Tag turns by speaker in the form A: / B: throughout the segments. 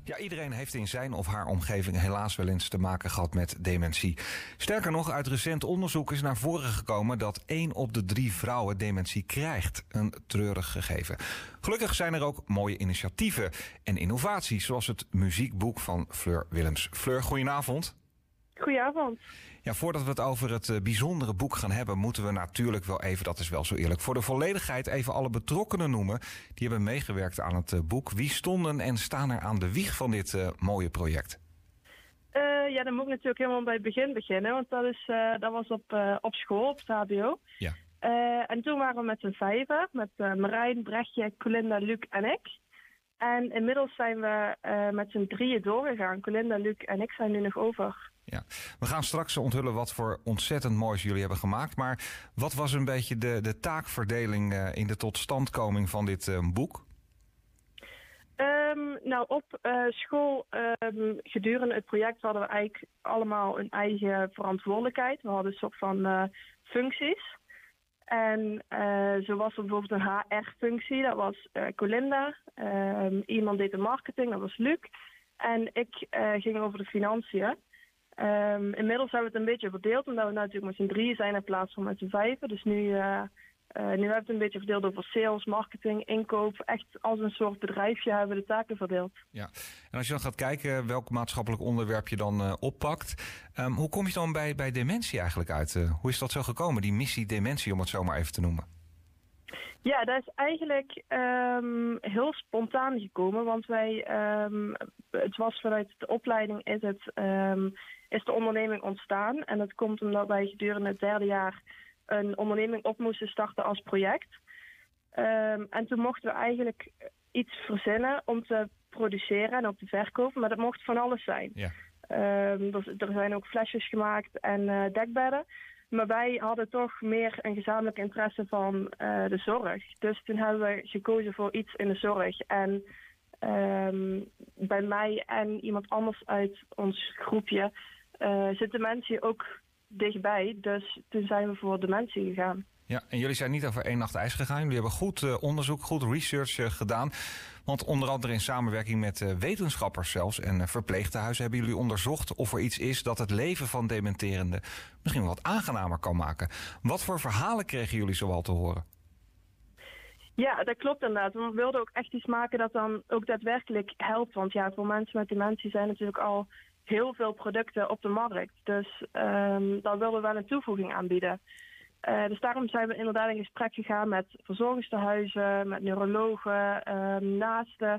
A: Ja, iedereen heeft in zijn of haar omgeving helaas wel eens te maken gehad met dementie. Sterker nog, uit recent onderzoek is naar voren gekomen dat 1 op de 3 vrouwen dementie krijgt. Een treurig gegeven. Gelukkig zijn er ook mooie initiatieven en innovaties, zoals het muziekboek van Fleur Willems. Fleur, goedenavond.
B: Goedenavond.
A: Ja, voordat we het over het bijzondere boek gaan hebben, moeten we natuurlijk wel even, dat is wel zo eerlijk, voor de volledigheid even alle betrokkenen noemen. Die hebben meegewerkt aan het boek. Wie stonden en staan er aan de wieg van dit mooie project?
B: Ja, dan moet ik natuurlijk helemaal bij het begin beginnen, want dat was op school, op het HBO.
A: Ja.
B: En toen waren we met z'n 5, met Marijn, Brechtje, Colinda, Luc en ik. En inmiddels zijn we met z'n 3 doorgegaan. Colinda, Luc en ik zijn nu nog over.
A: Ja, we gaan straks onthullen wat voor ontzettend moois jullie hebben gemaakt. Maar wat was een beetje de taakverdeling in de totstandkoming van dit boek?
B: Nou, op school gedurende het project hadden we eigenlijk allemaal een eigen verantwoordelijkheid. We hadden een soort van functies. En zo was er bijvoorbeeld een HR-functie, dat was Colinda. Iemand deed de marketing, dat was Luc. En ik ging over de financiën. Inmiddels hebben we het een beetje verdeeld, omdat we natuurlijk met z'n 3 zijn in plaats van met z'n 5. Dus nu hebben we het een beetje verdeeld over sales, marketing, inkoop. Echt als een soort bedrijfje hebben we de taken verdeeld.
A: Ja, en als je dan gaat kijken welk maatschappelijk onderwerp je dan oppakt. Hoe kom je dan bij dementie eigenlijk uit? Hoe is dat zo gekomen, die missie dementie, om het zo maar even te noemen?
B: Ja, dat is eigenlijk heel spontaan gekomen, want het was vanuit de opleiding is de onderneming ontstaan. En dat komt omdat wij gedurende het 3e jaar een onderneming op moesten starten als project. En toen mochten we eigenlijk iets verzinnen om te produceren en ook te verkopen, maar dat mocht van alles zijn.
A: Ja.
B: Er zijn ook flesjes gemaakt en dekbedden. Maar wij hadden toch meer een gezamenlijk interesse van de zorg. Dus toen hebben we gekozen voor iets in de zorg. En bij mij en iemand anders uit ons groepje zit dementie ook dichtbij. Dus toen zijn we voor dementie gegaan.
A: Ja, en jullie zijn niet over 1 nacht ijs gegaan. Jullie hebben goed onderzoek, goed research gedaan. Want onder andere in samenwerking met wetenschappers zelfs en verpleegtehuizen hebben jullie onderzocht of er iets is dat het leven van dementerenden misschien wel wat aangenamer kan maken. Wat voor verhalen kregen jullie zoal te horen?
B: Ja, dat klopt inderdaad. We wilden ook echt iets maken dat dan ook daadwerkelijk helpt. Want ja, voor mensen met dementie zijn natuurlijk al heel veel producten op de markt. Dus daar wilden we wel een toevoeging aanbieden. Dus daarom zijn we inderdaad in gesprek gegaan met verzorgingstehuizen, met neurologen, naasten,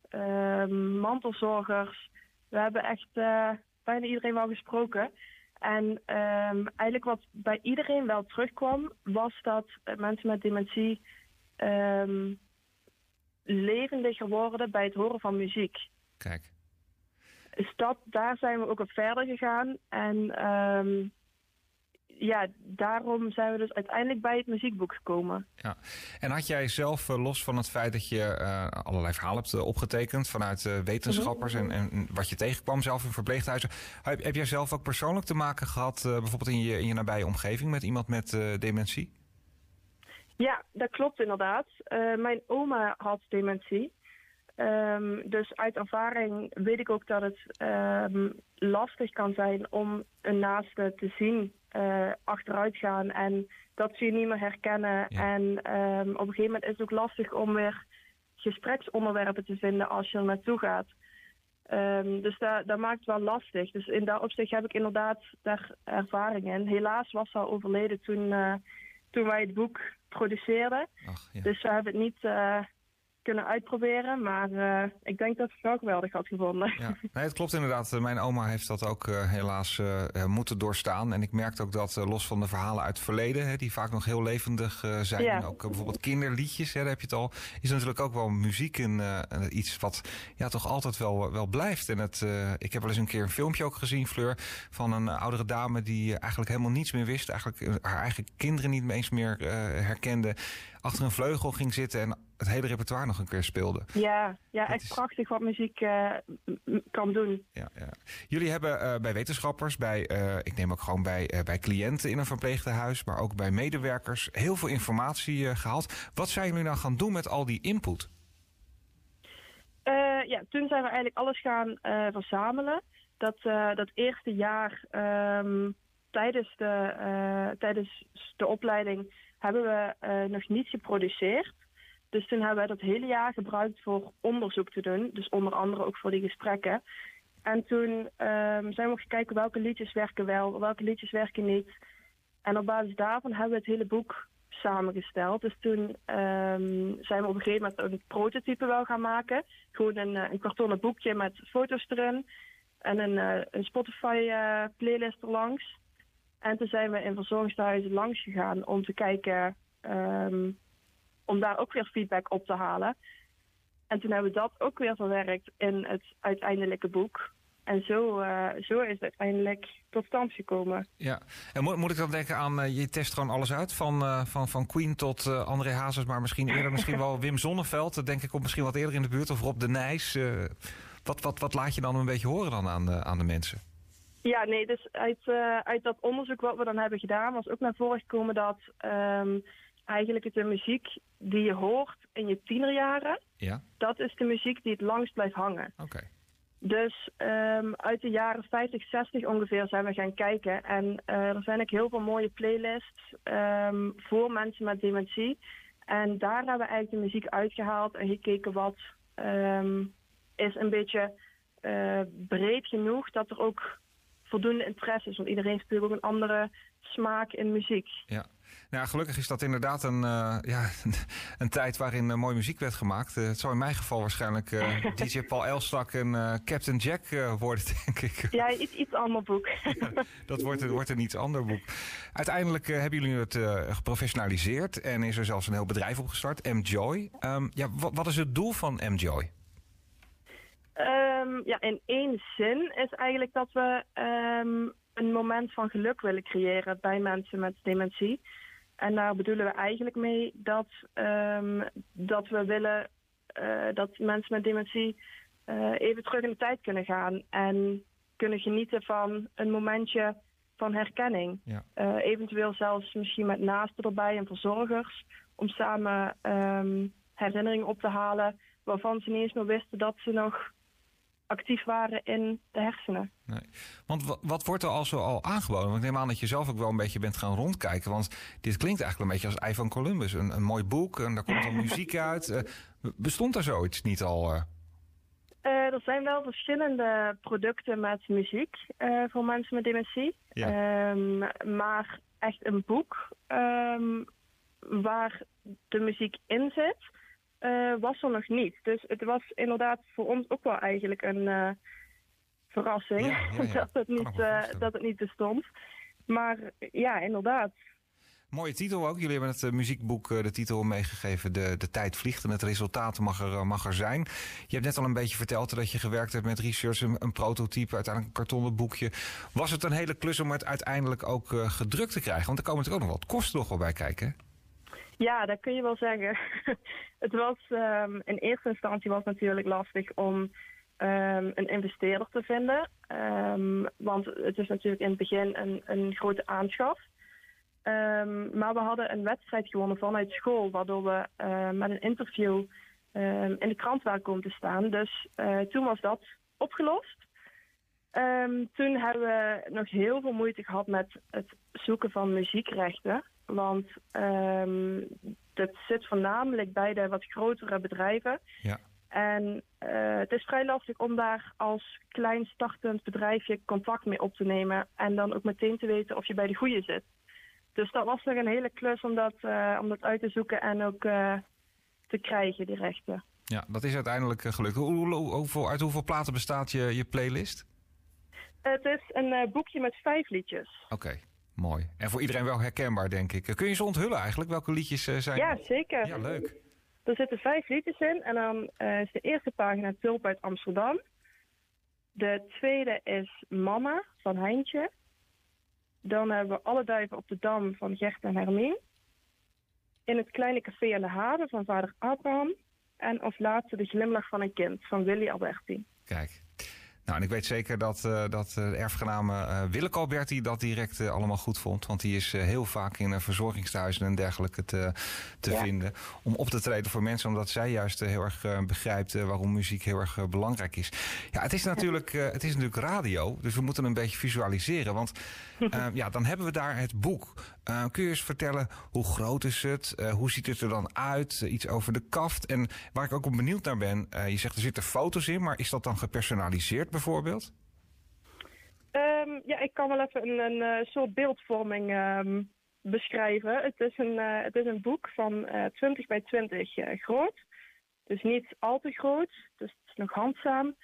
B: mantelzorgers. We hebben echt bijna iedereen wel gesproken. En eigenlijk wat bij iedereen wel terugkwam, was dat mensen met dementie levendiger worden bij het horen van muziek.
A: Kijk.
B: Dus daar zijn we ook op verder gegaan. En ja, daarom zijn we dus uiteindelijk bij het muziekboek gekomen. Ja.
A: En had jij zelf, los van het feit dat je allerlei verhalen hebt opgetekend vanuit wetenschappers en wat je tegenkwam zelf in verpleeghuizen, heb jij zelf ook persoonlijk te maken gehad, bijvoorbeeld in je nabije omgeving met iemand met dementie?
B: Ja, dat klopt inderdaad. Mijn oma had dementie. Dus uit ervaring weet ik ook dat het lastig kan zijn om een naaste te zien achteruit gaan en dat ze je niet meer herkennen. Ja. En op een gegeven moment is het ook lastig om weer gespreksonderwerpen te vinden als je er naartoe gaat. Dus dat maakt het wel lastig. Dus in dat opzicht heb ik inderdaad daar ervaring in. Helaas was ze al overleden toen wij het boek produceerden. Ach, ja. Dus we hebben het niet kunnen uitproberen, maar ik denk dat ik het wel geweldig had gevonden.
A: Ja. Nee, het klopt inderdaad. Mijn oma heeft dat ook helaas moeten doorstaan. En ik merkte ook dat, los van de verhalen uit het verleden, die vaak nog heel levendig zijn, ja. Ook bijvoorbeeld kinderliedjes, daar heb je het al, is natuurlijk ook wel muziek iets wat ja toch altijd wel blijft. En ik heb wel eens een keer een filmpje ook gezien, Fleur, van een oudere dame die eigenlijk helemaal niets meer wist, eigenlijk haar eigen kinderen niet eens meer herkende, achter een vleugel ging zitten en het hele repertoire nog een keer speelde.
B: Ja, echt prachtig wat muziek kan doen.
A: Ja. Jullie hebben bij wetenschappers, ik neem ook gewoon bij cliënten in een verpleegtehuis, maar ook bij medewerkers, heel veel informatie gehaald. Wat zijn jullie nou gaan doen met al die input?
B: toen zijn we eigenlijk alles gaan verzamelen. Dat eerste jaar tijdens de opleiding hebben we nog niet geproduceerd. Dus toen hebben we dat hele jaar gebruikt voor onderzoek te doen. Dus onder andere ook voor die gesprekken. En toen zijn we ook gaan kijken welke liedjes werken wel, welke liedjes werken niet. En op basis daarvan hebben we het hele boek samengesteld. Dus toen zijn we op een gegeven moment een prototype wel gaan maken. Gewoon een kartonnen boekje met foto's erin. En een Spotify playlist erlangs. En toen zijn we in verzorgingstehuizen langs gegaan om te kijken, om daar ook weer feedback op te halen. En toen hebben we dat ook weer verwerkt in het uiteindelijke boek. En zo is het uiteindelijk tot stand gekomen.
A: Ja, en moet ik dan denken aan, je test gewoon alles uit, van Queen tot André Hazes, maar misschien eerder misschien wel Wim Sonneveld. Dat denk ik komt misschien wat eerder in de buurt, of Rob de Nijs. Wat laat je dan een beetje horen dan aan de mensen?
B: Ja, nee, dus uit dat onderzoek wat we dan hebben gedaan was ook naar voren gekomen dat eigenlijk de muziek die je hoort in je tienerjaren, dat is de muziek die het langst blijft hangen.
A: Oké.
B: Dus uit de jaren 50, 60 ongeveer zijn we gaan kijken. En er zijn ook heel veel mooie playlists voor mensen met dementie. En daar hebben we eigenlijk de muziek uitgehaald en gekeken wat is een beetje breed genoeg dat er ook voldoende interesse is. Want iedereen speelt ook een andere smaak in muziek.
A: Ja. Nou, gelukkig is dat inderdaad een tijd waarin mooie muziek werd gemaakt. Het zou in mijn geval waarschijnlijk DJ Paul Elstak en Captain Jack worden, denk ik.
B: Ja, iets ander boek.
A: Ja, dat wordt een iets ander boek. Uiteindelijk hebben jullie het geprofessionaliseerd en is er zelfs een heel bedrijf opgestart, M-Joy. Wat is het doel van M-Joy?
B: In één zin is eigenlijk dat we een moment van geluk willen creëren bij mensen met dementie. En daar bedoelen we eigenlijk mee dat we willen dat mensen met dementie even terug in de tijd kunnen gaan en kunnen genieten van een momentje van herkenning. Ja. Eventueel zelfs misschien met naasten erbij en verzorgers, om samen herinneringen op te halen waarvan ze niet eens meer wisten dat ze nog actief waren in de hersenen.
A: Nee. Want wat wordt er al aangeboden? Want ik neem aan dat je zelf ook wel een beetje bent gaan rondkijken. Want dit klinkt eigenlijk een beetje als Ei van Columbus. Een mooi boek en daar komt dan muziek uit. Bestond er zoiets niet al?
B: Er zijn wel verschillende producten met muziek voor mensen met dementie. Ja. Maar echt een boek waar de muziek in zit, was er nog niet. Dus het was inderdaad voor ons ook wel eigenlijk een verrassing dat het niet bestond. Maar ja, inderdaad.
A: Mooie titel ook. Jullie hebben het muziekboek de titel meegegeven. De tijd vliegt en het resultaat mag er zijn. Je hebt net al een beetje verteld dat je gewerkt hebt met research, een prototype, uiteindelijk een kartonnen boekje. Was het een hele klus om het uiteindelijk ook gedrukt te krijgen? Want er komen natuurlijk ook nog wat kosten nog wel bij kijken.
B: Ja, dat kun je wel zeggen. Het was in eerste instantie was het natuurlijk lastig om een investeerder te vinden. Want het is natuurlijk in het begin een grote aanschaf. Maar we hadden een wedstrijd gewonnen vanuit school, waardoor we met een interview in de krant waren komen te staan. Dus toen was dat opgelost. Toen hebben we nog heel veel moeite gehad met het zoeken van muziekrechten. Want dat zit voornamelijk bij de wat grotere bedrijven. Ja. En het is vrij lastig om daar als klein startend bedrijfje contact mee op te nemen. En dan ook meteen te weten of je bij de goede zit. Dus dat was nog een hele klus om dat uit te zoeken en ook te krijgen, die rechten.
A: Ja, dat is uiteindelijk gelukt. Uit hoeveel platen bestaat je playlist?
B: Het is een boekje met 5 liedjes.
A: Oké, mooi. En voor iedereen wel herkenbaar, denk ik. Kun je ze onthullen eigenlijk? Welke liedjes zijn?
B: Ja, zeker.
A: Ja, leuk.
B: Er zitten 5 liedjes in. En dan is de eerste pagina Tulp uit Amsterdam. De tweede is Mama van Heintje. Dan hebben we Alle duiven op de Dam van Gert en Hermien. In het kleine café aan de haven van vader Abraham. En als laatste De glimlach van een kind van Willy Alberti.
A: Kijk, Nou, en ik weet zeker dat de erfgename Willeke Alberti dat direct allemaal goed vond. Want die is heel vaak in verzorgingstehuizen en dergelijke te vinden. Om op te treden voor mensen, omdat zij juist heel erg begrijpt waarom muziek heel erg belangrijk is. Ja, het is natuurlijk radio, dus we moeten een beetje visualiseren. Want dan hebben we daar het boek. Kun je eens vertellen, hoe groot is het? Hoe ziet het er dan uit? Iets over de kaft. En waar ik ook op benieuwd naar ben, je zegt er zitten foto's in, maar is dat dan gepersonaliseerd bijvoorbeeld?
B: Ik kan wel even een soort beeldvorming beschrijven. Het is een boek van 20 bij 20 groot. Dus niet al te groot, dus het is nog handzaam.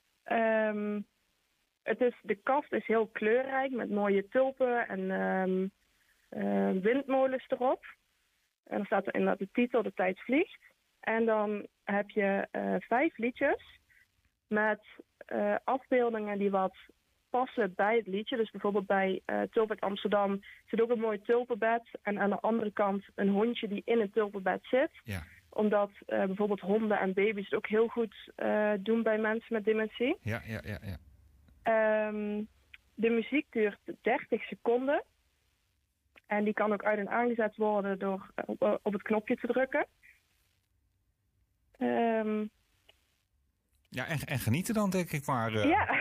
B: De kaft is heel kleurrijk met mooie tulpen en windmolens erop. En dan staat er inderdaad de titel De Tijd Vliegt. En dan heb je 5 liedjes met afbeeldingen die wat passen bij het liedje. Dus bijvoorbeeld bij Tulp Amsterdam zit ook een mooi tulpenbed. En aan de andere kant een hondje die in het tulpenbed zit.
A: Ja.
B: Omdat bijvoorbeeld honden en baby's het ook heel goed doen bij mensen met dementie.
A: Ja.
B: De muziek duurt 30 seconden. En die kan ook uit en aangezet worden door op het knopje te drukken.
A: En genieten dan, denk ik maar.
B: Ja.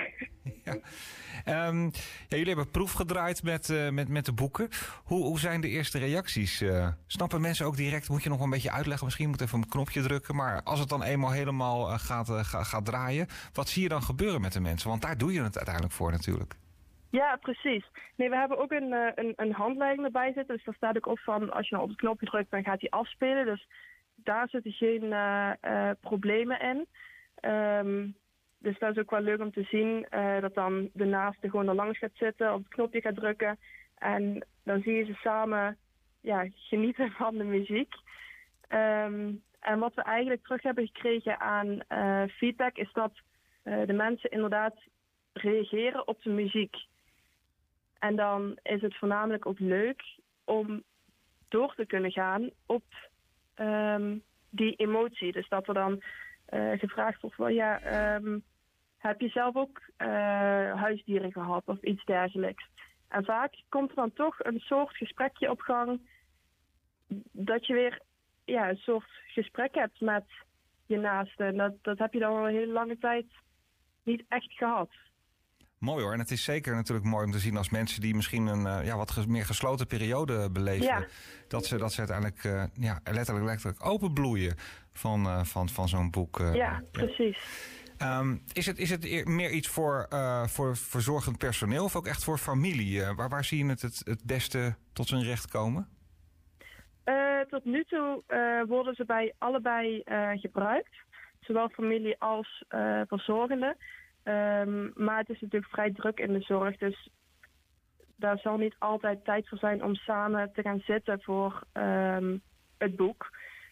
A: Jullie hebben proef gedraaid met de boeken. Hoe zijn de eerste reacties? Snappen mensen ook direct? Moet je nog een beetje uitleggen? Misschien moet even een knopje drukken. Maar als het dan eenmaal helemaal gaat draaien, wat zie je dan gebeuren met de mensen? Want daar doe je het uiteindelijk voor natuurlijk.
B: Ja, precies. Nee, we hebben ook een handleiding erbij zitten. Dus daar staat ook op van, als je nou op het knopje drukt, dan gaat hij afspelen. Dus daar zitten geen problemen in. Dus dat is ook wel leuk om te zien dat dan de naaste gewoon er langs gaat zitten, op het knopje gaat drukken. En dan zie je ze samen genieten van de muziek. En wat we eigenlijk terug hebben gekregen aan feedback is dat de mensen inderdaad reageren op de muziek. En dan is het voornamelijk ook leuk om door te kunnen gaan op die emotie. Dus dat er dan gevraagd wordt van heb je zelf ook huisdieren gehad of iets dergelijks. En vaak komt er dan toch een soort gesprekje op gang dat je weer een soort gesprek hebt met je naaste. En dat heb je dan al een hele lange tijd niet echt gehad.
A: Mooi hoor. En het is zeker natuurlijk mooi om te zien als mensen die misschien een wat meer gesloten periode beleven. Ja. Dat ze uiteindelijk letterlijk openbloeien van zo'n boek.
B: Precies.
A: Is het meer iets voor verzorgend personeel of ook echt voor familie? Waar zie je het beste tot zijn recht komen?
B: Tot nu toe worden ze bij allebei gebruikt. Zowel familie als verzorgende. Maar het is natuurlijk vrij druk in de zorg. Dus daar zal niet altijd tijd voor zijn om samen te gaan zitten voor het boek.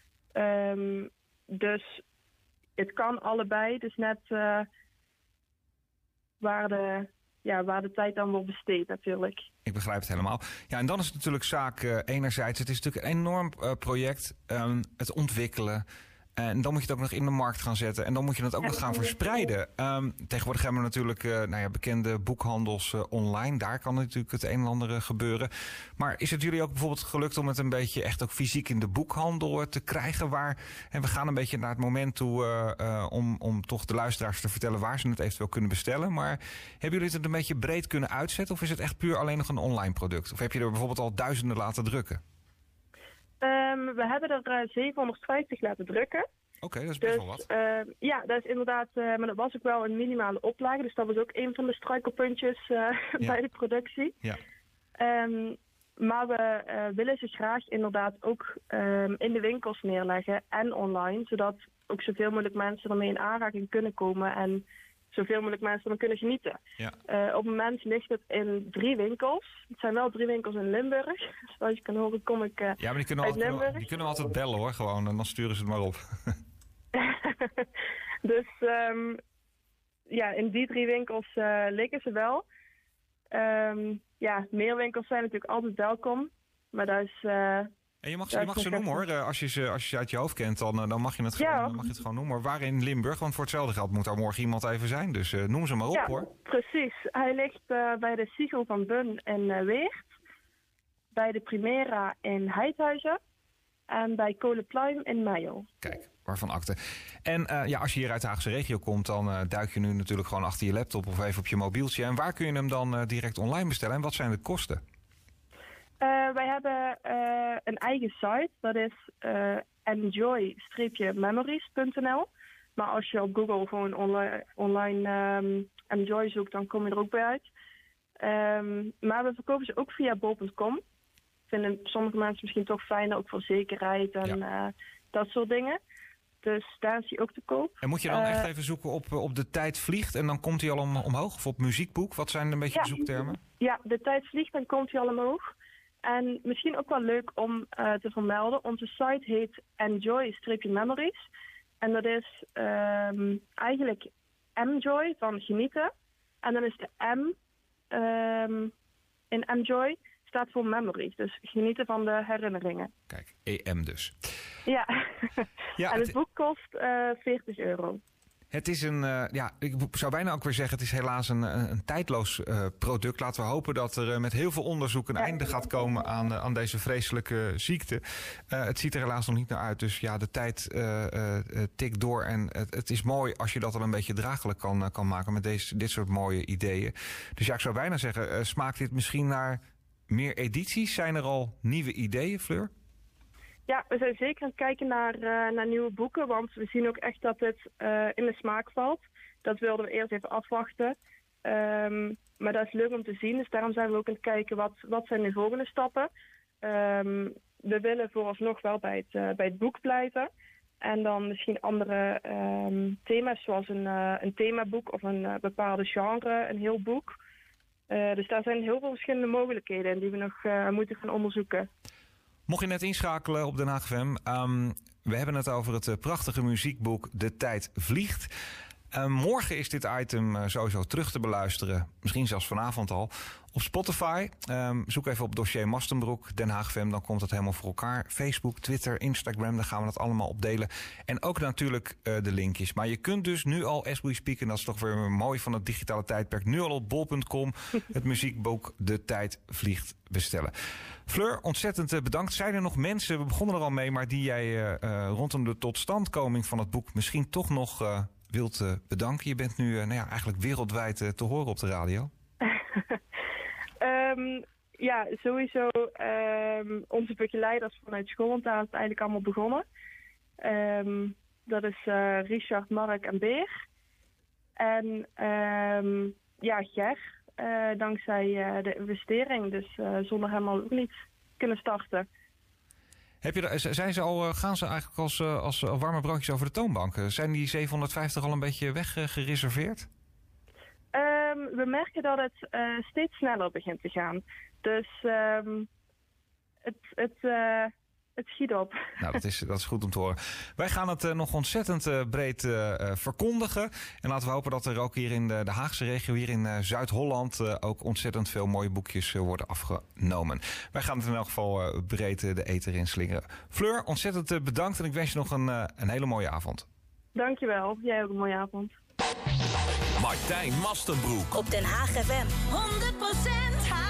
B: Dus het kan allebei. Dus net waar de tijd dan wordt besteed natuurlijk.
A: Ik begrijp het helemaal. Ja, en dan is het natuurlijk zaak enerzijds. Het is natuurlijk een enorm project. Het ontwikkelen. En dan moet je het ook nog in de markt gaan zetten. En dan moet je het ook nog gaan verspreiden. Tegenwoordig hebben we natuurlijk bekende boekhandels online. Daar kan natuurlijk het een en ander gebeuren. Maar is het jullie ook bijvoorbeeld gelukt om het een beetje echt ook fysiek in de boekhandel te krijgen? En we gaan een beetje naar het moment toe om toch de luisteraars te vertellen waar ze het eventueel kunnen bestellen. Maar hebben jullie het een beetje breed kunnen uitzetten? Of is het echt puur alleen nog een online product? Of heb je er bijvoorbeeld al duizenden laten drukken?
B: We hebben er 750 laten drukken.
A: Oké, dat is best wel wat.
B: Dat is inderdaad, maar dat was ook wel een minimale oplage. Dus dat was ook een van de struikelpuntjes bij de productie. Ja. Maar we willen ze graag inderdaad ook in de winkels neerleggen en online. Zodat ook zoveel mogelijk mensen ermee in aanraking kunnen komen en zoveel mogelijk mensen ervan kunnen genieten. Ja. Op het moment ligt het in 3 winkels. Het zijn wel 3 winkels in Limburg. Zoals je kan horen kom ik uit Limburg.
A: Die kunnen altijd bellen hoor, gewoon. En dan sturen ze het maar op.
B: Dus in die 3 winkels liggen ze wel. Meer winkels zijn natuurlijk altijd welkom. Maar dat is
A: En je mag ze noemen hoor. Als je ze uit je hoofd kent, dan mag je het gewoon noemen. Maar waar in Limburg? Want voor hetzelfde geld moet daar morgen iemand even zijn. Dus noem ze maar op hoor.
B: Precies. Hij ligt bij de Siegel van Bun in Weert. Bij de Primera in Heidhuizen. En bij Kolenpluim in Meijel.
A: Kijk, waarvan akte. En als je hier uit de Haagse regio komt, dan duik je nu natuurlijk gewoon achter je laptop of even op je mobieltje. En waar kun je hem dan direct online bestellen? En wat zijn de kosten?
B: Wij hebben een eigen site. Dat is enjoy-memories.nl. Maar als je op Google gewoon online Enjoy zoekt, dan kom je er ook bij uit. Maar we verkopen ze ook via bol.com. Vinden sommige mensen misschien toch fijner, ook voor zekerheid en dat soort dingen. Dus daar is hij ook te koop.
A: En moet je dan echt even zoeken op De Tijd Vliegt en dan komt hij al omhoog? Of op muziekboek? Wat zijn een beetje de zoektermen?
B: Ja, De Tijd Vliegt, dan komt hij al omhoog. En misschien ook wel leuk om te vermelden. Onze site heet Enjoy-Memories. En dat is eigenlijk Enjoy van genieten. En dan is de M in Enjoy staat voor memories. Dus genieten van de herinneringen.
A: Kijk, EM dus.
B: Ja. En het boek kost €40.
A: Het is ik zou bijna ook weer zeggen, het is helaas een tijdloos product. Laten we hopen dat er met heel veel onderzoek een einde gaat komen aan deze vreselijke ziekte. Het ziet er helaas nog niet naar uit. Dus ja, de tijd tikt door. En het is mooi als je dat al een beetje draaglijk kan maken met dit soort mooie ideeën. Dus ja, ik zou bijna zeggen, smaakt dit misschien naar meer edities? Zijn er al nieuwe ideeën, Fleur?
B: Ja, we zijn zeker aan het kijken naar nieuwe boeken, want we zien ook echt dat het in de smaak valt. Dat wilden we eerst even afwachten. Maar dat is leuk om te zien, dus daarom zijn we ook aan het kijken wat zijn de volgende stappen. We willen vooralsnog wel bij het boek blijven. En dan misschien andere thema's, zoals een themaboek of een bepaalde genre, een heel boek. Dus daar zijn heel veel verschillende mogelijkheden die we nog moeten gaan onderzoeken.
A: Mocht je net inschakelen op Den Haag FM, we hebben het over het prachtige muziekboek De Tijd Vliegt. Morgen is dit item sowieso terug te beluisteren, misschien zelfs vanavond al, op Spotify. Zoek even op dossier Mastenbroek, Den Haag FM, dan komt het helemaal voor elkaar. Facebook, Twitter, Instagram, daar gaan we het allemaal op delen. En ook natuurlijk de linkjes. Maar je kunt dus nu al, as we speak, en dat is toch weer mooi van het digitale tijdperk, nu al op bol.com het muziekboek De Tijd Vliegt bestellen. Fleur, ontzettend bedankt. Zijn er nog mensen, we begonnen er al mee, maar die jij rondom de totstandkoming van het boek misschien toch nog wilt bedanken? Je bent nu eigenlijk wereldwijd te horen op de radio.
B: Ja, sowieso onze begeleiders vanuit school, want daar is het eigenlijk allemaal begonnen. Dat is Richard, Mark en Beer. En Ger, dankzij de investering. Dus zonder hem al ook niet kunnen starten. Gaan ze eigenlijk als
A: warme broodjes over de toonbank? Zijn die 750 al een beetje weggereserveerd?
B: We merken dat het steeds sneller begint te gaan. Dus het schiet op.
A: Nou, dat is goed om te horen. Wij gaan het nog ontzettend breed verkondigen. En laten we hopen dat er ook hier in de Haagse regio, hier in Zuid-Holland, ook ontzettend veel mooie boekjes worden afgenomen. Wij gaan het in elk geval breed de ether in slingeren. Fleur, ontzettend bedankt en ik wens je nog een hele mooie avond.
B: Dankjewel. Jij ook een mooie avond.
C: Martijn Mastenbroek.
D: Op Den Haag FM. 100%